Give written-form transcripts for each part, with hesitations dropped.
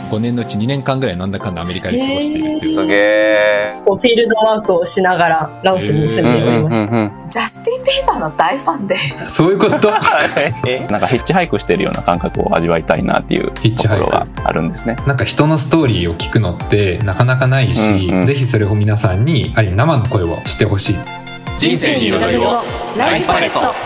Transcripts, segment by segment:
5年のうち2年間ぐらいなんだかんだアメリカで過ごしているっていう。 すげえ。 フィールドワークをしながらラオスに住んでおりました。 ジャスティン・ビーバーの大ファンで。 そういうことなんかヒッチハイクしてるような感覚を味わいたいなっていうところがあるんですね。 なんか人のストーリーを聞くのってなかなかないし、ぜひそれを皆さんに生の声をしてほしい。 人生に彩りをライフパレット。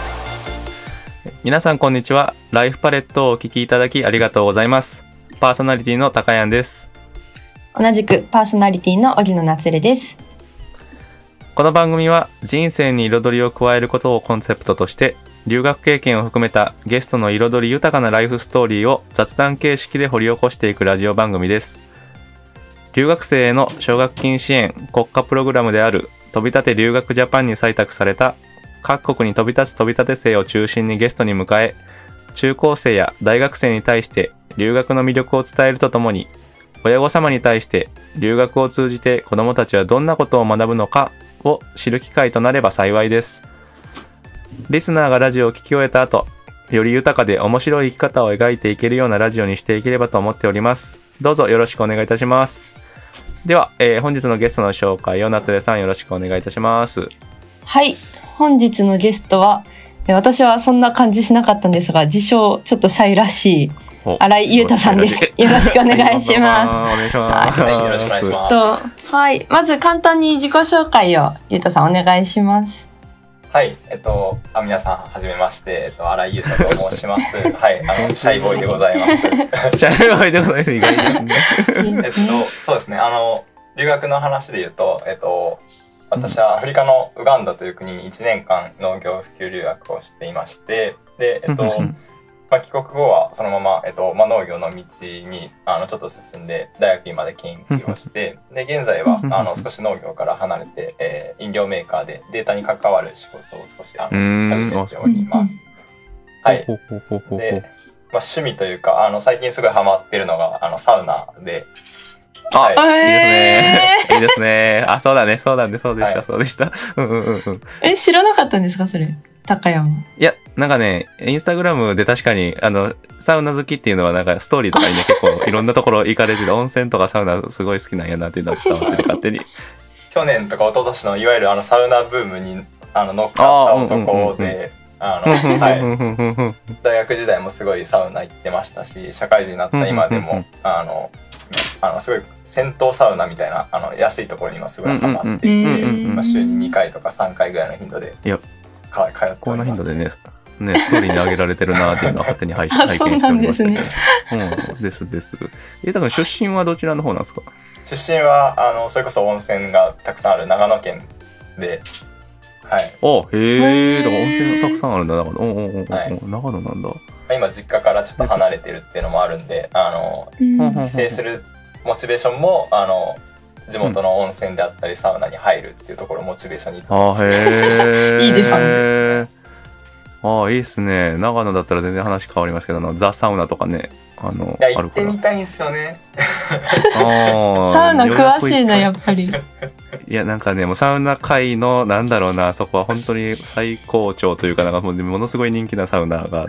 皆さんこんにちは。ライフパレットをお聞きいただきありがとうございます。パーソナリティの高谷です。 同じくパーソナリティの荻野夏玲です。 この番組は人生に彩りを加えることをコンセプトとして、留学経験を含めたゲストの彩り豊かなライフストーリーを雑談形式で掘り起こしていくラジオ番組です。留学生への奨学金支援国家プログラムである飛び立て留学ジャパンに採択された各国に飛び立つ飛び立て生を中心にゲストに迎え、中高生や大学生に対して留学の魅力を伝えるとともに、親御様に対して留学を通じて子どもたちはどんなことを学ぶのかを知る機会となれば幸いです。リスナーがラジオを聞き終えた後、より豊かで面白い生き方を描いていけるようなラジオにしていければと思っております。どうぞよろしくお願いいたします。では、本日のゲストの紹介を夏玲さんよろしくお願いいたします。 はい、本日のゲストは、私はそんな感じしなかったんですが、自称ちょっとシャイらしい新井優太さんです。よろしくお願いします。 お願いします。 はい、よろしくお願いします。 はい、まず簡単に自己紹介を優太さんお願いします。 はい、皆さんはじめまして、新井優太と申します。はい、シャイボーイでございます。 シャイボーイでございます。意外ですね。 そうですね。留学の話で言うと、私はアフリカのウガンダという国に1年間農業普及留学をしていまして、で、帰国後はそのまま、農業の道にちょっと進んで大学院まで研究をして、で現在は少し農業から離れて、飲料メーカーでデータに関わる仕事を少し始めております。はい。で、趣味というか最近すごいハマってるのがサウナで。 はい、いいですね。いいですね。あ、そうだね、そうだね、そうでした、はい、そうでした。 知らなかったんですか、それ。高山。 いや、なんかね、インスタグラムで確かに、サウナ好きっていうのはなんかストーリーとかにね、結構いろんなところ行かれてて、温泉とかサウナすごい好きなんやなっていうのは伝わってて、勝手に。 去年とか一昨年のいわゆるサウナブームに乗っかった男で、はい。大学時代もすごいサウナ行ってましたし、社会人になった今でも、すごい銭湯サウナみたいな安いところにもすごいハマっていて、週に2回とか3回ぐらいの頻度で通っております。 こんな頻度でね、ストーリーに上げられてるなっていうのは勝手に拝見しておりましたね。です。多分出身はどちらの方なんですか？ 出身はそれこそ温泉がたくさんある長野県で、はい。 へえ、だから温泉がたくさんあるんだ。長野なんだ。 今実家からちょっと離れてるっていうのもあるんで、帰省するモチベーションも地元の温泉であったりサウナに入るっていうところをモチベーションにいつもいいですね。 いいですね。長野だったら全然話変わりますけど、ザ・サウナとかね、 いや行ってみたいんですよね。 サウナ詳しいな、やっぱり。 いや、なんかね、もうサウナ界のなんだろうな、そこは本当に最高潮というか、なんかものすごい人気なサウナがあって、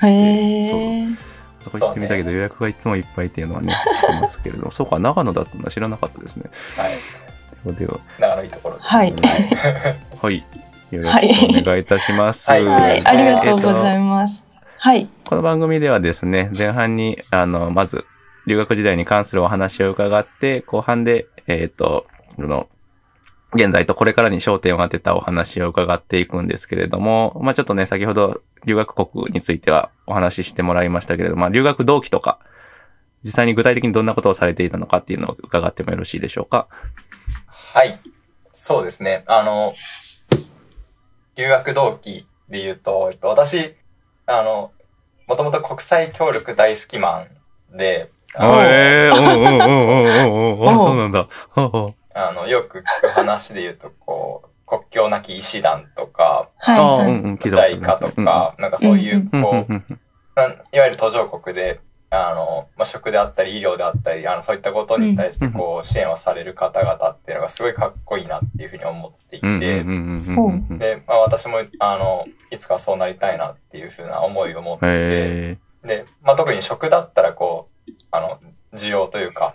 そこ行ってみたけど、予約がいつもいっぱいっていうのはね、聞きますけれど、そうか、長野だったのは知らなかったですね。 はい。 では長野いいところです。 はい。 はい。よろしくお願いいたします。 はい、ありがとうございます。はい。 この番組ではですね、前半に、まず、留学時代に関するお話を伺って、後半で、現在とこれからに焦点を当てたお話を伺っていくんですけれども、ちょっとね、先ほど留学国についてはお話ししてもらいましたけれども、留学動機とか、実際に具体的にどんなことをされていたのかっていうのを伺ってもよろしいでしょうか。 はい。そうですね。留学動機で言うと、私、もともと国際協力大好きマンで、 そうなんだ。 よく聞く話で言うと、国境なき医師団とか、JICA とか、なんかそういう、いわゆる途上国で、食であったり医療であったりそういったことに対して支援をされる方々っていうのがすごいかっこいいなっていうふうに思っていて、で、私もいつかそうなりたいなっていうふうな思いを持っていて、で、特に食だったら自需要というか、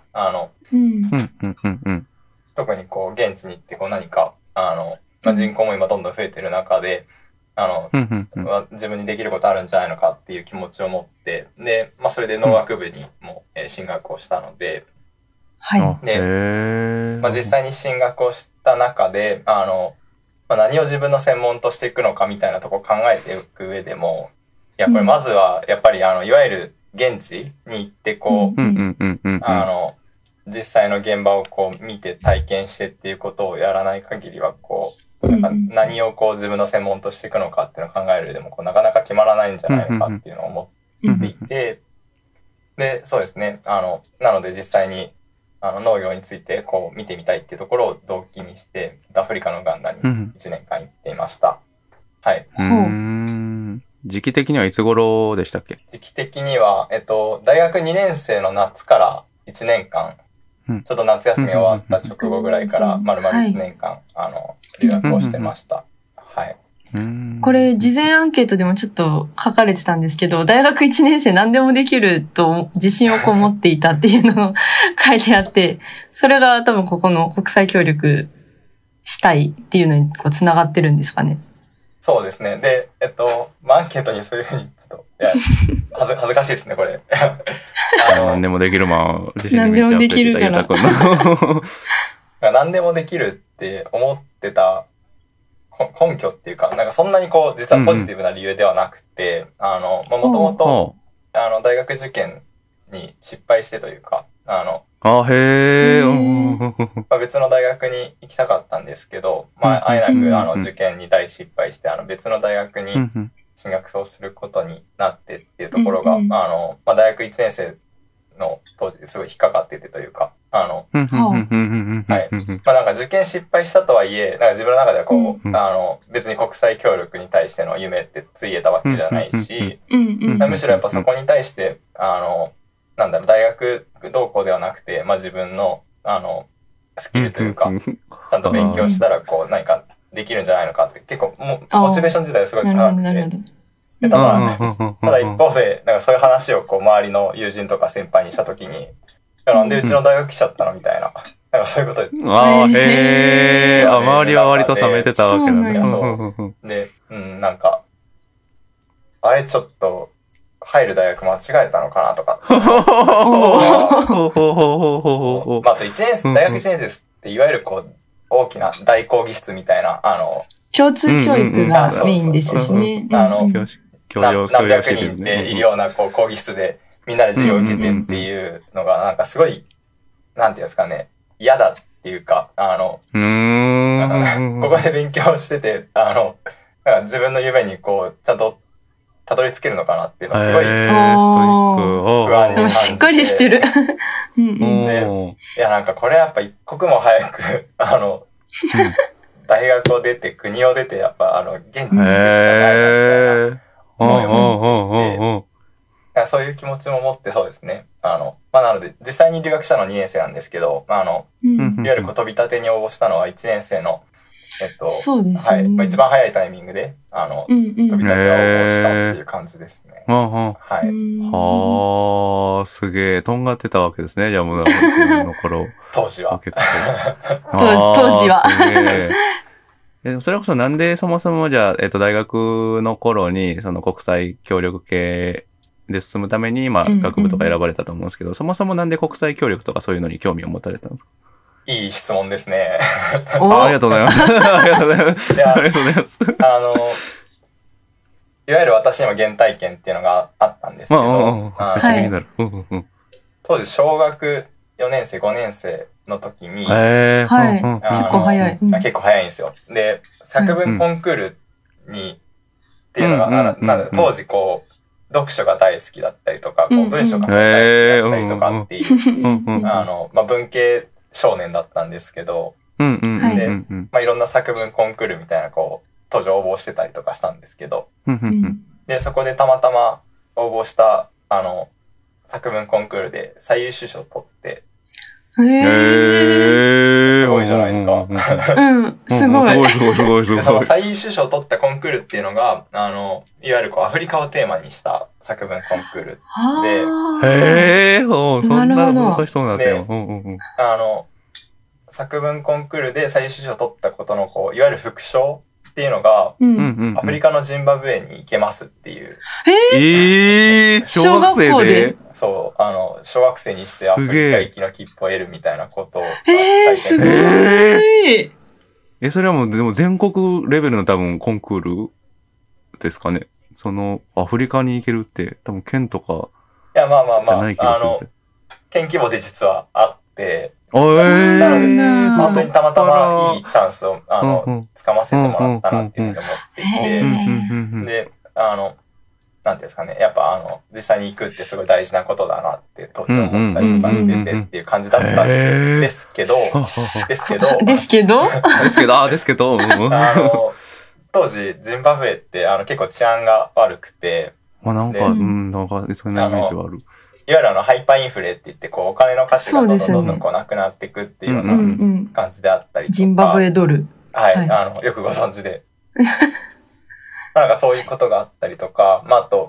特にこう現地に行ってこう何か人口も今どんどん増えてる中で自分にできることあるんじゃないのかっていう気持ちを持って、で、それで農学部にも進学をしたので、で、実際に進学をした中で何を自分の専門としていくのかみたいなところを考えていく上でも、いやこれまずはやっぱりいわゆる現地に行ってこう実際の現場をこう見て体験してっていうことをやらない限りはこうなんか何をこう自分の専門としていくのかっていうのを考える上でもこうなかなか決まらないんじゃないのかっていうのを思っていて、でそうですねなので実際に農業についてこう見てみたいっていうところを動機にしてアフリカのウガンダに1年間行っていました。はい。 時期的にはいつ頃でしたっけ？ 時期的には、大学2年生の夏から1年間、ちょっと夏休み終わった直後ぐらいから丸々1年間、留学をしてました。はい。 これ、事前アンケートでもちょっと書かれてたんですけど、大学1年生何でもできると自信をこう持っていたっていうのを書いてあって、それが多分ここの国際協力したいっていうのにこう繋がってるんですかね。 そうですね。で、アンケートにそういうふうに、ちょっと、恥ずかしいですね、これ。 何でもできる何でもできるから。 何でもできるって思ってた根拠っていうか、なんかそんなにこう、実はポジティブな理由ではなくて、もともと、大学受験に失敗してというか、別の大学に行きたかったんですけど、あえなく受験に大失敗して、別の大学に進学をすることになってっていうところが、大学1年生の当時すごい引っかかっててというか、なんか受験失敗したとはいえ、なんか自分の中ではこう、別に国際協力に対しての夢ってついえたわけじゃないし、むしろやっぱそこに対して、なんだろう、大学同行ではなくて、自分の、スキルというか、ちゃんと勉強したら、こう、何かできるんじゃないのかって、結構、モチベーション自体はすごい高くて。ただ一方で、なんかそういう話を、こう、周りの友人とか先輩にしたときに、なんでうちの大学来ちゃったのみたいな。なんかそういうことで。 周りは割と冷めてたわけなんだ。 そう。で、なんか、あれちょっと、入る大学間違えたのかなとか。あと大学1年生ですって、いわゆるこう、大きな大講義室みたいな、 共通教育がメインですしね。 何百人でいるようなこう講義室でみんなで授業を受けてっていうのが、なんかすごい、なんていうんですかね、嫌だっていうか、ここで勉強してて、なんか自分の夢にこう、ちゃんとたどり着けるのかなっていうのはすごい不安に感じて。 しっかりしてる。 で、いやなんかこれやっぱ一刻も早く大学を出て国を出てやっぱ現地に行くしかないなみたいな思いを持って、そういう気持ちも持ってそうですね。なので実際に留学したのは2年生なんですけど、いわゆるこう飛び立てに応募したのは1年生のそうですね。 はい。一番早いタイミングで、飛び立てを応募したっていう感じですね。はい。 はあ、すげえ。とんがってたわけですね。じゃあもう、の頃。 当時は。 当時は。 すげえ。それこそなんでそもそもじゃあ、大学の頃に、その国際協力系で進むために、学部とか選ばれたと思うんですけど、そもそもなんで国際協力とかそういうのに興味を持たれたんですか？ いい質問ですね。 ありがとうございます。ありがとうございます。ありがとうございます。 いわゆる私にも原体験っていうのがあったんですけど、当時小学4年生、5年生の時に、 結構早い。 結構早いんですよ。で、作文コンクールに、っていうのが、当時こう、読書が大好きだったりとか、こう文章が大好きだったりとかっていう、文系少年だったんですけど、で、いろんな作文コンクールみたいな、こう、当時応募してたりとかしたんですけど、で、そこでたまたま応募した、作文コンクールで最優秀賞を取って、すすごいじゃないですか。 うん、すごい。 その最優秀賞を取ったコンクールっていうのが、いわゆるこうアフリカをテーマにした作文コンクールで、 へー、そんな難しそうなんだよ。 作文コンクールで最優秀賞を取ったことのこういわゆる副賞っていうのが、アフリカのジンバブエに行けますっていう。 小学生でそう、小学生にしてアフリカ行きの切符を得るみたいなことを。 すごい。 それはもう、でも全国レベルの多分コンクールですかね。その、アフリカに行けるって、多分県とか。 いや、まあ、県規模で実はあって、 本当にたまたまいいチャンスを、掴ませてもらったなっていうふうに思っていて、で、なんていうんですかね、やっぱ実際に行くってすごい大事なことだなって当時思ったりとかしててっていう感じだったんですけど、当時ジンバブエって結構治安が悪くて、 なんかそんなイメージはある。 いわゆるハイパーインフレって言ってこうお金の価値がどんどんこうなくなっていくっていうような感じであったりとか、 ジンバブエドル、 はい、よくご存知で。なんかそういうことがあったりとか、まあ、あと、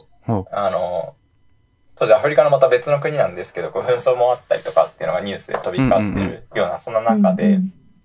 当時アフリカのまた別の国なんですけど、こう紛争もあったりとかっていうのがニュースで飛び交ってるような、そんな中で、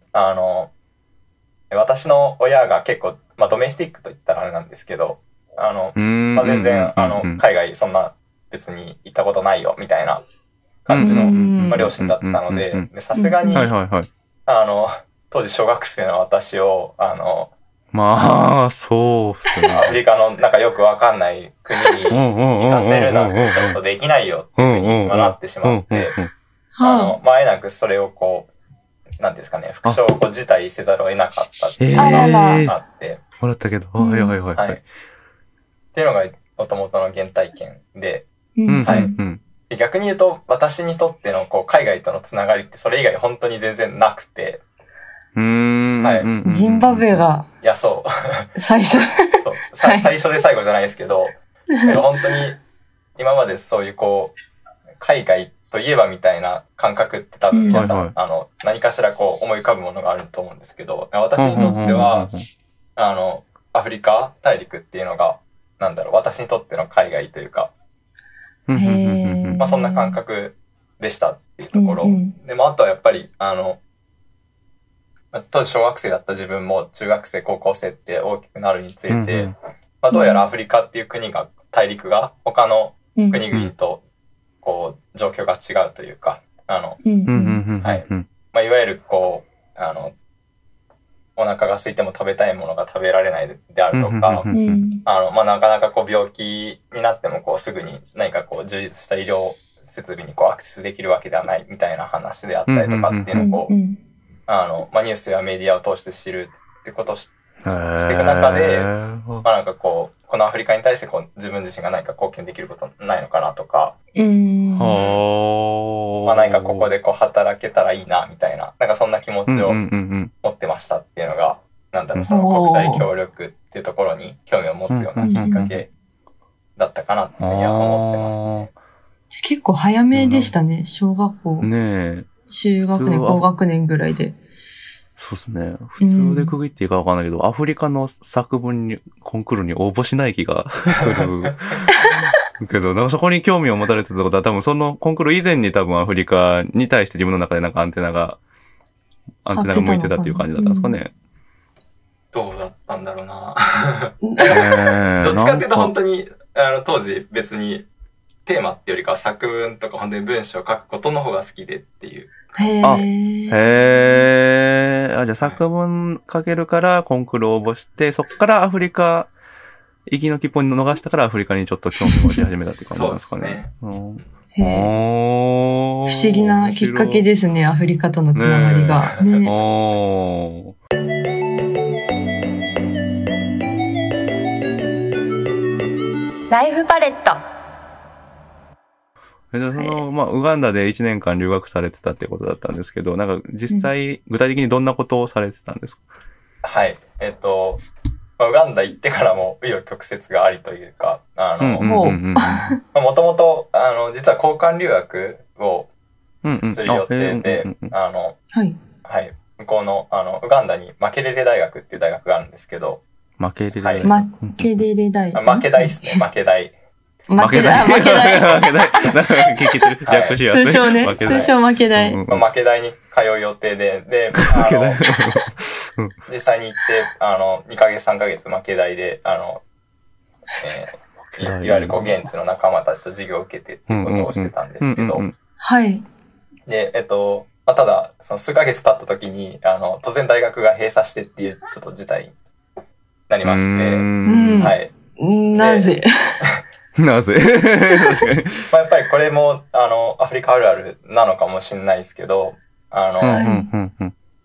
私の親が結構、まあ、ドメスティックと言ったらあれなんですけど、まあ、全然、海外そんな別に行ったことないよ、みたいな感じの、まあ、両親だったので、さすがに、当時小学生の私を、 まあ、そうっすね。 アフリカのなんかよくわかんない国に行かせるなんてちょっとできないよっていうふうになってしまって、まあ、あえなくそれをこう、なんですかね、副賞をこう辞退せざるを得なかったっていうのがあって。 もらったけど、はい。 っていうのが元々の原体験で、逆に言うと私にとってのこう海外とのつながりってそれ以外本当に全然なくて、 ジンバブエが。 いや、そう。 最初。 最初で最後じゃないですけど、本当に今までそういうこう、海外といえばみたいな感覚って多分皆さん、何かしらこう思い浮かぶものがあると思うんですけど、私にとっては、アフリカ大陸っていうのが、なんだろう、私にとっての海外というか、まあそんな感覚でしたっていうところ。でもあとはやっぱり、当時小学生だった自分も中学生高校生って大きくなるにつれて、まあ、どうやらアフリカっていう国が大陸が他の国々とこう状況が違うというかまあ、いわゆるこうお腹が空いても食べたいものが食べられないであるとかまあ、なかなかこう病気になってもこうすぐに何かこう充実した医療設備にこうアクセスできるわけではないみたいな話であったりとかっていうのをこうまあ、ニュースやメディアを通して知るってことをしていく中で、まあ、なんかこう、このアフリカに対してこう自分自身が何か貢献できることないのかなとか、まあ、何かここでこう働けたらいいなみたいな、なんかそんな気持ちを持ってましたっていうのが、なんだろう、その国際協力っていうところに興味を持つようなきっかけだったかなっていうふうには思ってますね。 結構早めでしたね、小学校。中学年、高学年ぐらいで。 そうですね。普通で区切っていいかわかんないけど、アフリカの作文に、コンクールに応募しない気がする。けど、なんかそこに興味を持たれてたことは多分そのコンクール以前に多分アフリカに対して自分の中でなんかアンテナが向いてたっていう感じだったんですかね。 どうだったんだろうなどっちかっていうと本当に、当時別にテーマっていうよりかは作文とか本当に文章を書くことの方が好きでっていう。 じゃあ作文書けるからコンクール応募して、そっからアフリカ行きの切符に逃したからアフリカにちょっと興味を持ち始めたって感じなんですかね。 不思議なきっかけですね、アフリカとのつながりが。 ライフパレット。 まあ、ウガンダで1年間留学されてたってことだったんですけど、なんか実際、具体的にどんなことをされてたんですか？ はい。まあ、ウガンダ行ってからも紆余曲折がありというか、もともと、実は交換留学をする予定で、はい。ウ向こうの、ウガンダにマケレレ大学っていう大学があるんですけど、 負けれる。 はい。 マケレレ大学。 マケ大ですね、マケ大。 負け大。 負け大。聞きてる。略しやすい。 通称ね。通称負け大。 負け大に通う予定で、実際に行って、2ヶ月3ヶ月負け大で、いわゆるこう現地の仲間たちと授業を受けてっていうことをしてたんですけど、 はい。 で、ただ、その数ヶ月経った時に、突然大学が閉鎖してっていうちょっと事態になりまして、はい。 なぜなぜやっぱりこれも、アフリカあるあるなのかもしれないですけど、なんてい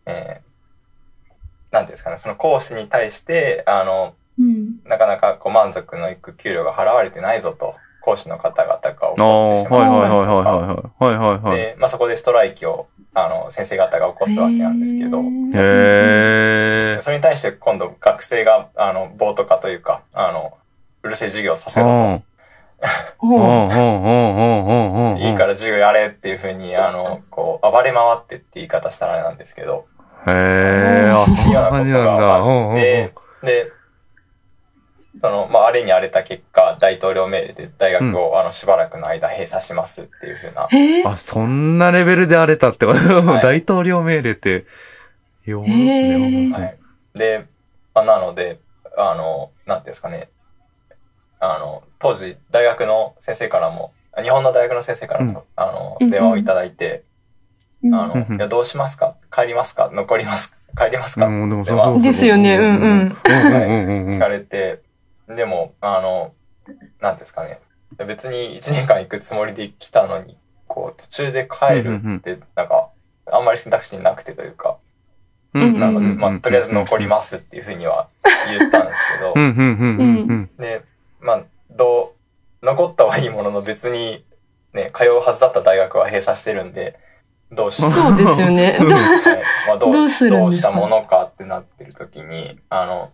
うんですかね、その講師に対して、なかなかこう満足のいく給料が払われてないぞと、講師の方々が怒ってしまったりとか、で、そこでストライキを、先生方が起こすわけなんですけど、それに対して今度学生が、暴徒化というか、うるせえ授業をさせろと。いいから授業やれっていうふうに、こう、暴れ回ってって言い方したらあれなんですけど、 そんな感じなんだ。 で、あれに荒れた結果、大統領命令で大学を、しばらくの間閉鎖しますっていうふうな。 そんなレベルで荒れたってこと、大統領命令って、弱いですね。 はい。で、なので、なんていうんですかね、当時、大学の先生からも、日本の大学の先生からも、電話をいただいて、いや、どうしますか？帰りますか？残りますか？帰りますか？ ですよね、 聞かれて、でも、なんですかね、別に1年間行くつもりで来たのに、こう、途中で帰るって、なんか、あんまり選択肢になくてというか、なので、とりあえず残りますっていうふうには言ったんですけど、で、残ったはいいものの別に、ね、通うはずだった大学は閉鎖してるんで、どうしたそうですよね。どうするんですか？ どうしたものかってなってる時に、あ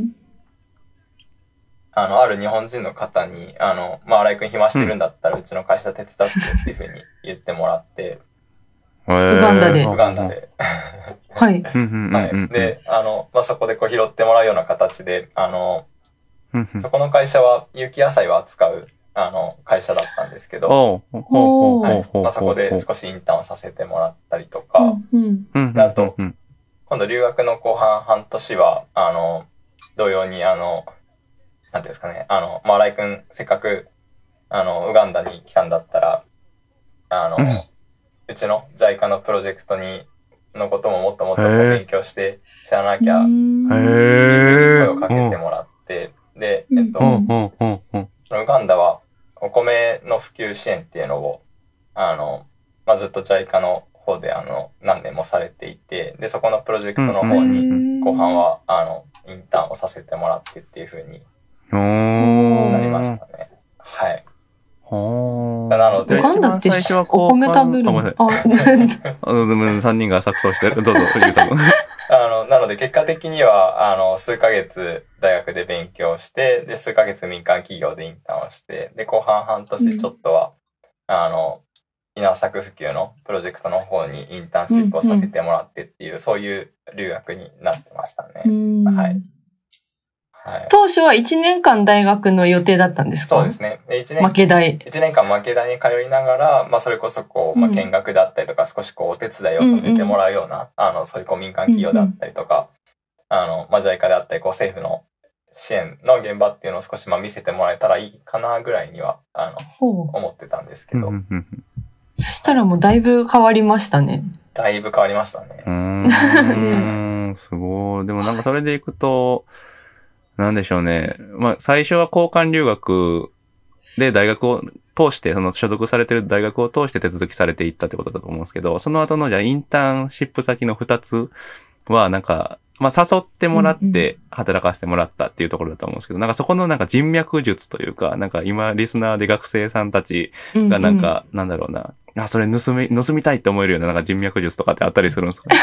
る日本人の方に、新井くん暇してるんだったらうちの会社手伝ってっていうふうに言ってもらって、 ウガンダで。 はい。で、そこでこう拾ってもらうような形で、そこの会社は有機野菜を扱う、会社だったんですけど、そこで少しインターンをさせてもらったりとか、あと、今度留学の後半半年は、同様に、なんていうんですかね、新井くん、せっかく、ウガンダに来たんだったら、うちの JICA のプロジェクトのことももっともっと勉強して知らなきゃ、声をかけてもらって、で、ウガンダはお米の普及支援っていうのを、ずっと JICA の方で何年もされていて、で、そこのプロジェクトの方に後半はインターンをさせてもらってっていう風になりましたね。はい。なので、 ウガンダってお米食べるの 3人が錯綜してる。どうぞ、ゆうたくん。 なので結果的には、数ヶ月大学で勉強して、で、数ヶ月民間企業でインターンをして、で、後半半年ちょっとは、稲作普及のプロジェクトの方にインターンシップをさせてもらってっていう、そういう留学になってましたね。はい。 当初は1年間大学の予定だったんですか？ そうですね。1年間負け大に通いながら、それこそこう、見学だったりとか、少しこう、お手伝いをさせてもらうような、そういうこう民間企業だったりとか、JICA であったり、こう、政府の支援の現場っていうのを少し見せてもらえたらいいかなぐらいには、思ってたんですけど。 そしたらもうだいぶ変わりましたね。 だいぶ変わりましたね。 すごい。でもなんかそれでいくと、なんでしょうね。最初は交換留学で大学を通して、その所属されてる大学を通して手続きされていったってことだと思うんですけど、その後のじゃあインターンシップ先の2つはなんか、誘ってもらって働かせてもらったっていうところだと思うんですけど、なんかそこのなんか人脈術というか、なんか今リスナーで学生さんたちがなんか、なんだろうな、それ盗みたいって思えるようななんか人脈術とかってあったりするんですか？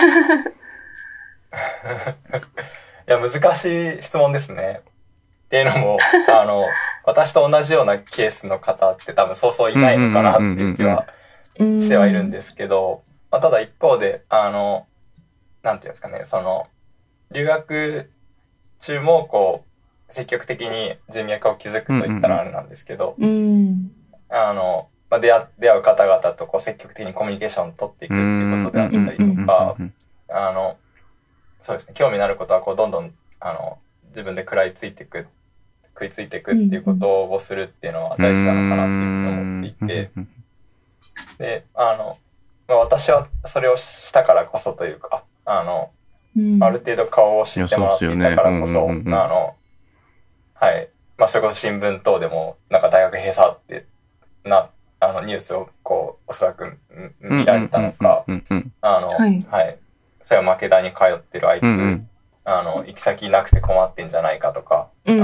いや、難しい質問ですね。っていうのも、私と同じようなケースの方って多分そうそういないのかなっていう気はしてはいるんですけど、ただ一方で、 なんていうんですかね、その留学中もこう積極的に人脈を築くといったらあれなんですけど、まあ、出会う方々とこう積極的にコミュニケーションを取っていくっていうことであったりとか、そうですね、興味のあることはこうどんどん自分で食いついていくっていうことをするっていうのは大事なのかなっていうふうに思っていて、でまあ、私はそれをしたからこそというかある程度顔を知ってもらっていたからこそ、はい、まあ、それこそ新聞等でもなんか大学閉鎖ってニュースをこうおそらく見られたのか、はい、それは負けだに通ってるあいつ、行き先なくて困ってんじゃないかとか、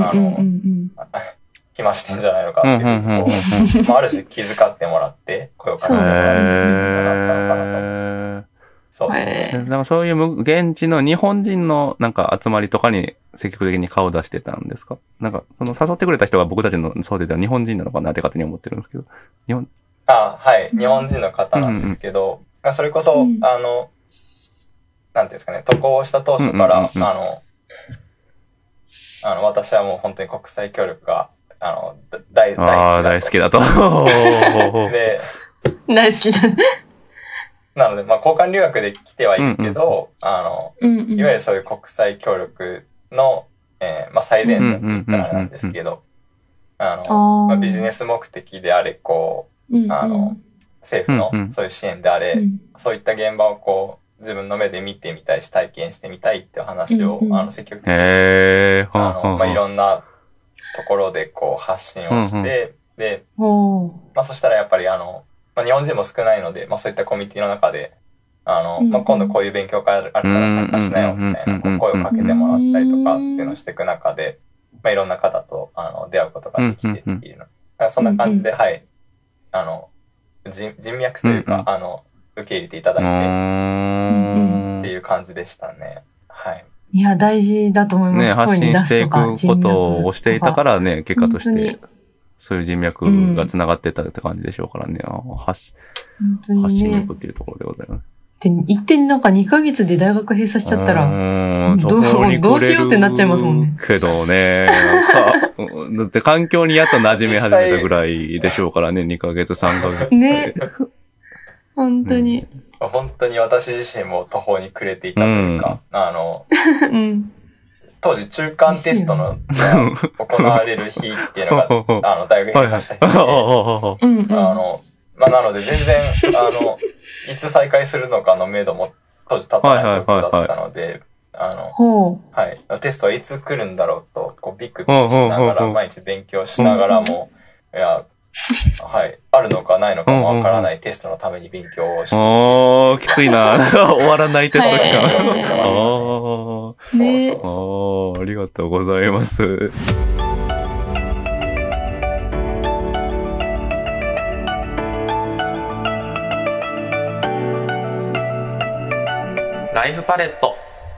暇してんじゃないのかっていうふうに、まあ、ある種気遣ってもらって声をかけてもらってもらったのかなと。そうですね。 だからそういう現地の日本人のなんか集まりとかに積極的に顔を出してたんですか？なんかその誘ってくれた人が僕たちの想定では日本人なのかなって勝手に思ってるんですけど。 はい、日本人の方なんですけど、それこそ、なんていうんですかね、渡航した当初から、私はもう本当に国際協力が、大好きだと。 で、 大好きだね。 なので、まあ、交換留学で来てはいるけど、いわゆるそういう国際協力の、まあ、最前線って言ったらなんですけど、まあ、ビジネス目的であれ、こう、政府のそういう支援であれ、そういった現場をこう、自分の目で見てみたいし、体験してみたいっていう話を、積極的に、まあ、いろんなところでこう発信をして、で、まあ、そしたらやっぱりまあ、日本人も少ないので、まあ、そういったコミュニティの中で、まあ、今度こういう勉強会あるから参加しなよみたいなこう声をかけてもらったりとかっていうのをしていく中で、まあ、いろんな方と出会うことができてっていうの、そんな感じで、はい、人脈というか、受け入れていただいてっていう感じでしたね。はい。 いや、大事だと思います。 ね、発信していくことをしていたからね、結果として。そういう人脈が繋がってたって感じでしょうからね。発信力っていうところでございます。 で、一点なんか2ヶ月で大学閉鎖しちゃったら、どうしようってなっちゃいますもんね。 けどね、だって環境にやっと馴染み始めたぐらいでしょうからね、2ヶ月、3ヶ月。 ね。本当に。 本当に私自身も途方に暮れていたというか、当時中間テストの行われる日っていうのが大学閉鎖した日で、まあ、なので全然いつ再開するのかの目処も当時立たない状況だったので、はい、テストはいつ来るんだろうとこうビクビクしながら毎日勉強しながらも、いや、はい、あるのかないのかもわからないテストのために勉強をして、 きついな。終わらないテスト期間。ありがとうございます。ライフパレット。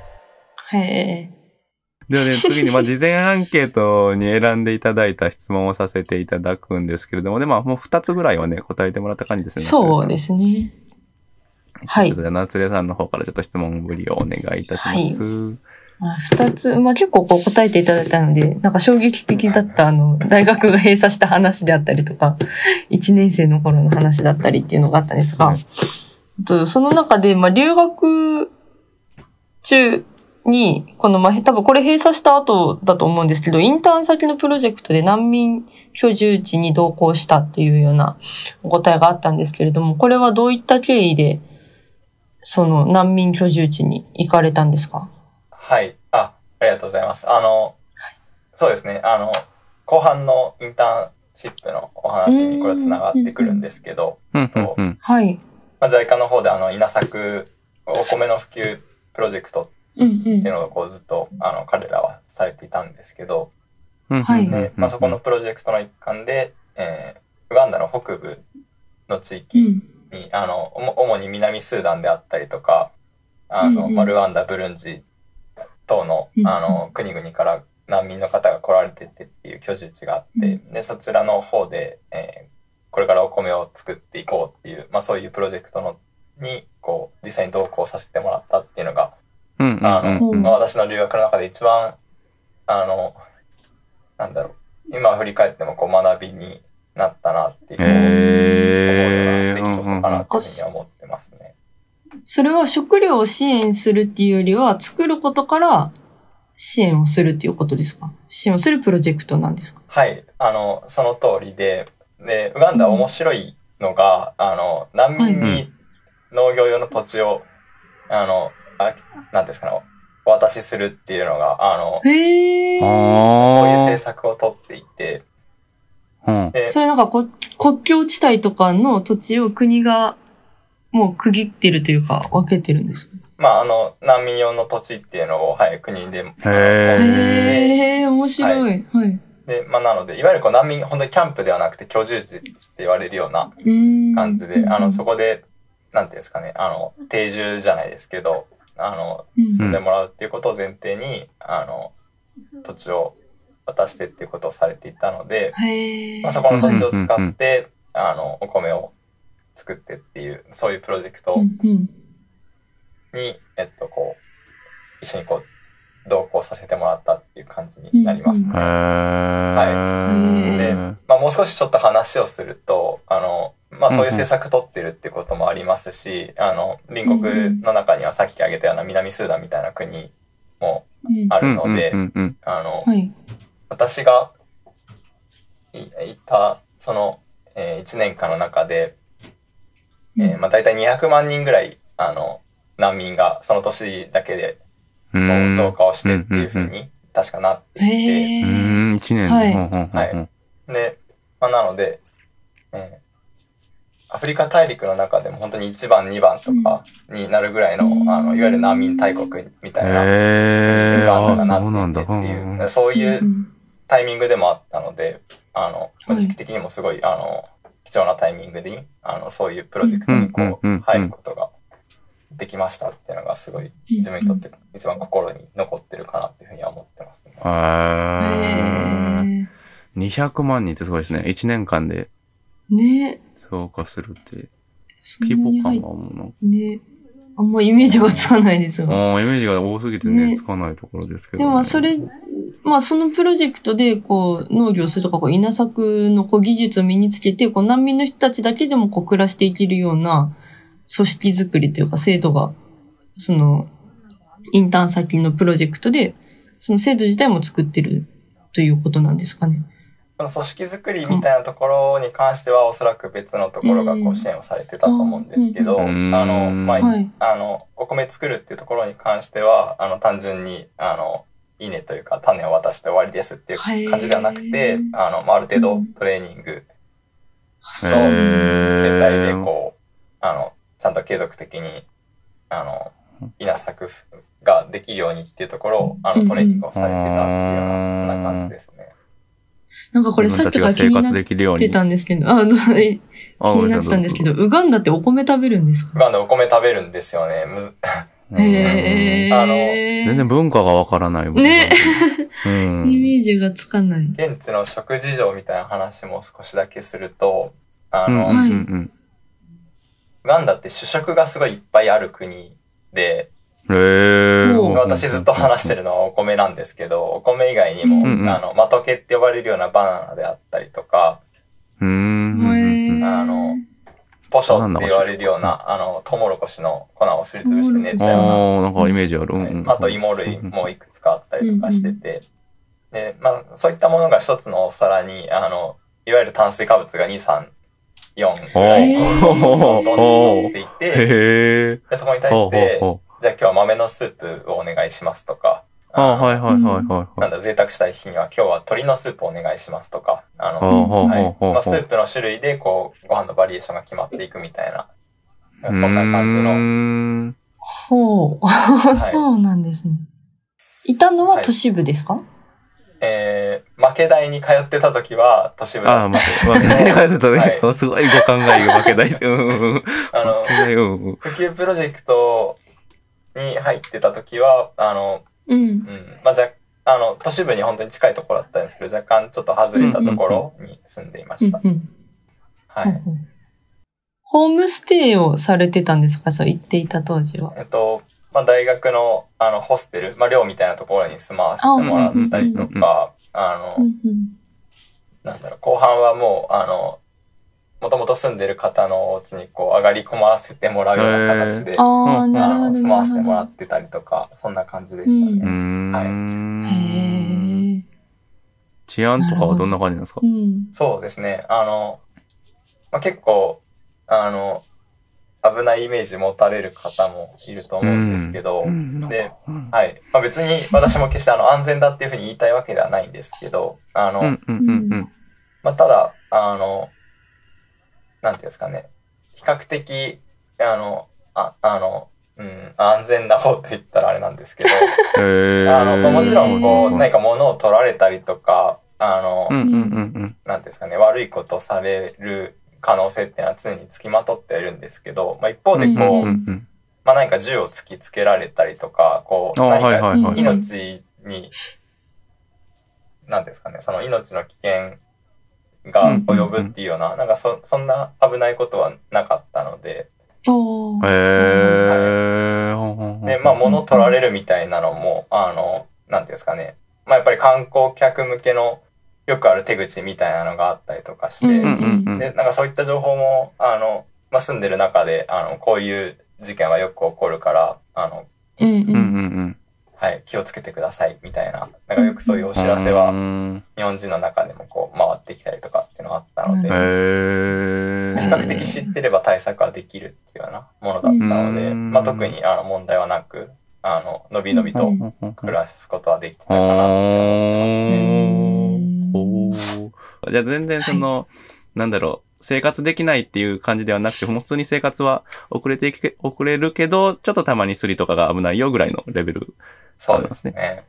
ではね、次に、事前アンケートに選んでいただいた質問をさせていただくんですけれども、で、もう2つぐらいはね、答えてもらった感じですね。 そうですね。はい。 ということで、夏江さんの方からちょっと質問ぶりをお願いいたします。 2つ、結構答えていただいたので、なんか衝撃的だった大学が閉鎖した話であったりとか、1年生の頃の話だったりっていうのがあったんですが、その中で、留学中に、多分これ閉鎖した後だと思うんですけど、インターン先のプロジェクトで難民居住地に同行したっていうようなお答えがあったんですけれども、これはどういった経緯で、その難民居住地に行かれたんですか？ はい。ありがとうございます。そうですね。後半のインターンシップのお話にこれはつながってくるんですけど、 はい。 JICA の方で稲作、お米の普及プロジェクトっていうのをこうずっと彼らはされていたんですけど、でそこのプロジェクトの一環で、ウガンダの北部の地域に、主に南スーダンであったりとか、ルワンダ、ブルンジ等の、国々から難民の方が来られててっていう居住地があって、でそちらの方で、これからお米を作っていこうっていう、そういうプロジェクトにこう実際に同行させてもらったっていうのが私の留学の中で一番、なんだろう、今振り返ってもこう学びになったなっていう、思うような出来事かなっていうふうには思ってますね。 それは食料を支援するっていうよりは、作ることから支援をするっていうことですか？支援をするプロジェクトなんですか？ はい、その通りで、ウガンダは面白いのが、難民に農業用の土地を、なんですかね、お渡しするっていうのが、そういう政策を取っていて、 それなんか国境地帯とかの土地を国がもう区切ってるというか分けてるんですか？ まあ、難民用の土地っていうのを、はい、国で、 面白い。はい。 で、まあ、なので、いわゆるこう難民、本当にキャンプではなくて居住地って言われるような感じで、そこで、なんていうんですかね、定住じゃないですけど、住んでもらうっていうことを前提に、土地を渡してっていうことをされていたので、まあ、そこの土地を使って、お米を作ってっていう、そういうプロジェクトに、こう、一緒にこう、同行させてもらったっていう感じになりますね。はい。で、まあ、もう少しちょっと話をすると、まあ、そういう政策取ってるってこともありますし、隣国の中にはさっき挙げたような南スーダンみたいな国もあるので、私がいた、その、1年間の中で、まあ、大体200万人ぐらい、難民がその年だけで、増加をしてっていうふうに確かなっていて。 1年。 はい。で、まあ、なので、アフリカ大陸の中でも本当に1番、2番とかになるぐらいの、いわゆる難民大国みたいな、ウガンダがなっていてっていう、そういうタイミングでもあったので、時期的にもすごい、貴重なタイミングで、そういうプロジェクトにこう、入ることができましたっていうのがすごい自分にとって一番心に残ってるかなっていうふうには思ってますね。 200万人ってすごいですね。1年間で増加するって。規模感はもうなんか。 あんまイメージがつかないですが。 イメージが多すぎてね、つかないところですけど、 でもそれ、まあそのプロジェクトでこう農業するとかこう稲作のこう技術を身につけてこう難民の人たちだけでもこう暮らしていけるような組織づりというか制度が、その、インターン先のプロジェクトで、その制度自体も作ってるということなんですかね。 その組織づくりみたいなところに関しては、おそらく別のところがこう支援をされてたと思うんですけど、お米作るっていうところに関しては、単純に、稲というか種を渡して終わりですっていう感じではなくて、ある程度トレーニングと、全体でこう、ちゃんと継続的に、稲作ができるようにっていうところを、トレーニングをされてたっていうような、そんな感じですね。 なんかこれさっきから気になってたんですけど、気になってたんですけど、ウガンダってお米食べるんですか？ ウガンダお米食べるんですよね。 全然文化がわからない。 ね。イメージがつかない。 現地の食事情みたいな話も少しだけすると、ウガンダって主食がすごいいっぱいある国で、私ずっと話してるのはお米なんですけど、お米以外にも、マトケって呼ばれるようなバナナであったりとか、ポショって言われるような、トウモロコシの粉をすりつぶして練ったような。 なんかイメージある。 あと芋類もいくつかあったりとかしてて、で、まあ、そういったものが一つのお皿に、いわゆる炭水化物が2、3、4ぐらいどんどん乗っていて、でそこに対して、じゃあ今日は豆のスープをお願いしますとか、なんだ、贅沢したい日には今日は鶏のスープをお願いしますとか、スープの種類でこう、ご飯のバリエーションが決まっていくみたいな、そんな感じの。 そうなんですね。いたのは都市部ですか？ 負け台に通ってた時は都市部だった。 負け台に通ってたね。すごいご考えが負け台。 普及プロジェクトに入ってた時は、まあ、都市部に本当に近いところだったんですけど、若干ちょっと外れたところに住んでいました。ホームステイをされてたんですか？そう言っていた当時は。 大学のホステル、寮みたいなところに住まわせてもらったりとか、なんだろう、後半はもうもともと住んでる方のお家にこう上がり込ませてもらうような形で、住まわせてもらってたりとか、そんな感じでしたね。はい。 へー。 治安とかはどんな感じなんですか？ そうですね。結構危ないイメージ持たれる方もいると思うんですけど、で、はい。別に私も決して安全だっていうふうに言いたいわけではないんですけど、ただなんていうんですかね、比較的安全な方と言ったらあれなんですけど、もちろんこう何か物を取られたりとかなんていうんですかね、悪いことされる可能性っていうのは常につきまとってはいるんですけど、一方でこう、何か銃を突きつけられたりとか、こう何か命になんですかね、その命の危険が及ぶっていうような、なんかそんな危ないことはなかったので、で物取られるみたいなのもなんていうんですかね、やっぱり観光客向けのよくある手口みたいなのがあったりとかして、でなんかそういった情報も住んでる中でこういう事件はよく起こるからはい、気をつけてくださいみたいな、なんかよくそういうお知らせは日本人の中でもこう回ってきたりとかっていうのがあったので、比較的知ってれば対策はできるっていうようなものだったので、特に問題はなくのびのびと暮らすことはできてたかなと思ってますね。 じゃあ全然なんだろう、生活できないっていう感じではなくて、普通に生活は遅れるけど、ちょっとたまにスリとかが危ないよぐらいのレベル。 そうですね。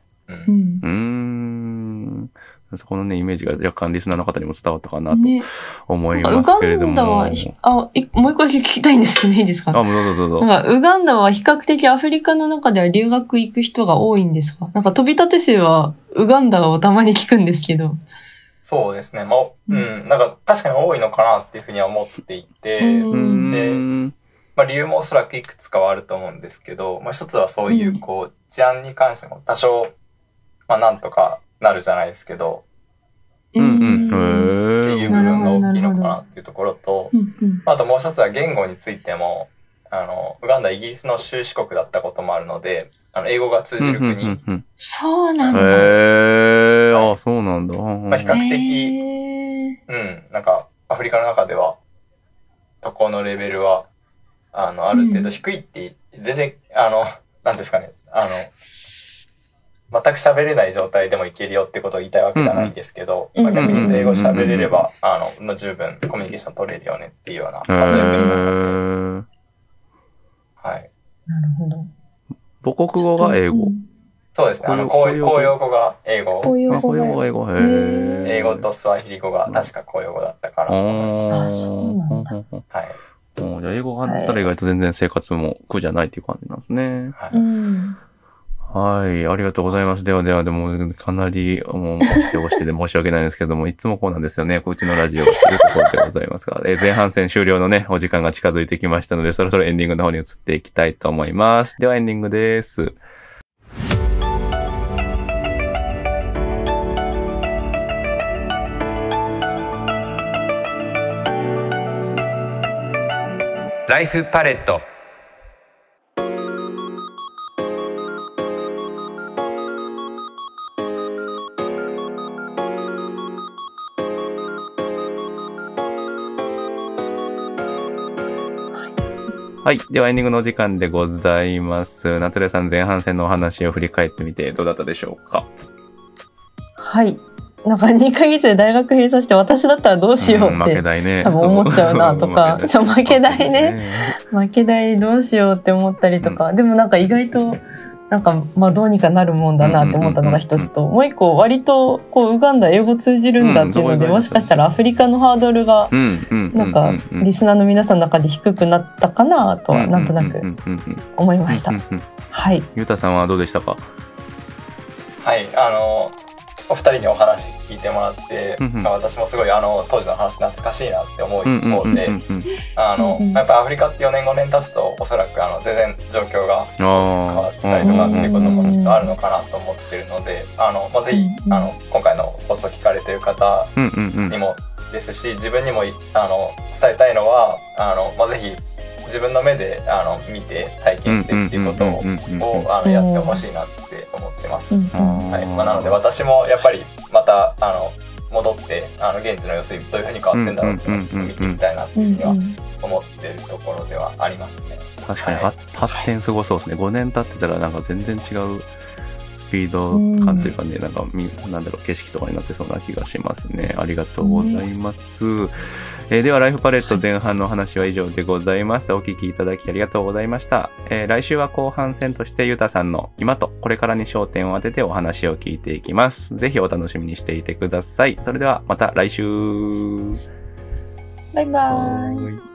そこのね、イメージが若干リスナーの方にも伝わったかなと思いますけれども。 ウガンダは、もう一個だけ聞きたいんですけど、いいですか？ どうぞ。 ウガンダは比較的アフリカの中では留学行く人が多いんですか？なんか飛び立て生はウガンダをたまに聞くんですけど。 そうですね。なんか確かに多いのかなっていうふうには思っていて、で、理由もおそらくいくつかはあると思うんですけど、一つはそういうこう治安に関しても多少なんとかなるじゃないですけど、っていう部分が大きいのかなっていうところと、あともう一つは言語についても、ウガンダイギリスの宗主国だったこともあるので、英語が通じる国。 そうなんだ。 そうなんだ。 比較的、なんかアフリカの中では渡航のレベルはある程度低いって全然なんですかね、全く喋れない状態でもいけるよってことを言いたいわけじゃないんですけど、逆に言うと英語喋れれば十分コミュニケーション取れるよねっていうような、そういう国なので、はい。 なるほど。 母国語が英語。 そうですね。公用語が英語。 公用語が英語。英語とスワヒリ語が確か公用語だったから。 そうなんだ。 はい。じゃあ英語が話したら意外と全然生活も苦じゃないっていう感じなんですね。はい。ありがとうございます。では、でも、かなり、押してで申し訳ないんですけども、いつもこうなんですよね。うちのラジオがというところでございますが、前半戦終了のね、お時間が近づいてきましたので、そろそろエンディングの方に移っていきたいと思います。では、エンディングです。 ライフパレット。 はい。ではエンディングのお時間でございます。夏玲さん、前半戦のお話を振り返ってみてどうだったでしょうか？ はい。なんか2ヶ月で大学閉鎖して私だったらどうしようって、多分思っちゃうなとか、負け台ね。負け台どうしようって思ったりとか、でもなんか意外と、なんかどうにかなるもんだなって思ったのが一つと、もう一個割とこうウガンダ英語通じるんだっていうので、もしかしたらアフリカのハードルがなんかリスナーの皆さんの中で低くなったかなとはなんとなく思いました。はい。 ゆうたさんはどうでしたか？ はい、 お二人にお話聞いてもらって、私もすごい当時の話懐かしいなって思う一方で、やっぱアフリカって4年5年経つとおそらく全然状況が変わったりとかっていうこともきっとあるのかなと思ってるので、ぜひ今回の放送聞かれてる方にもですし、自分にも伝えたいのはぜひ自分の目で見て体験していくっていうことをやってほしいなって思ってます。なので私もやっぱりまた戻って現地の様子どういうふうに変わってんだろうっていうのをちょっと見てみたいなっていうふうには思ってるところではありますね。 確かに発展すごそうですね。5年経ってたらなんか全然違うスピード感というかね、なんだろう、景色とかになってそうな気がしますね。ありがとうございます。ではライフパレット前半の話は以上でございます。お聞きいただきありがとうございました。来週は後半戦としてゆたさんの今とこれからに焦点を当ててお話を聞いていきます。ぜひお楽しみにしていてください。それではまた来週。 バイバーイ。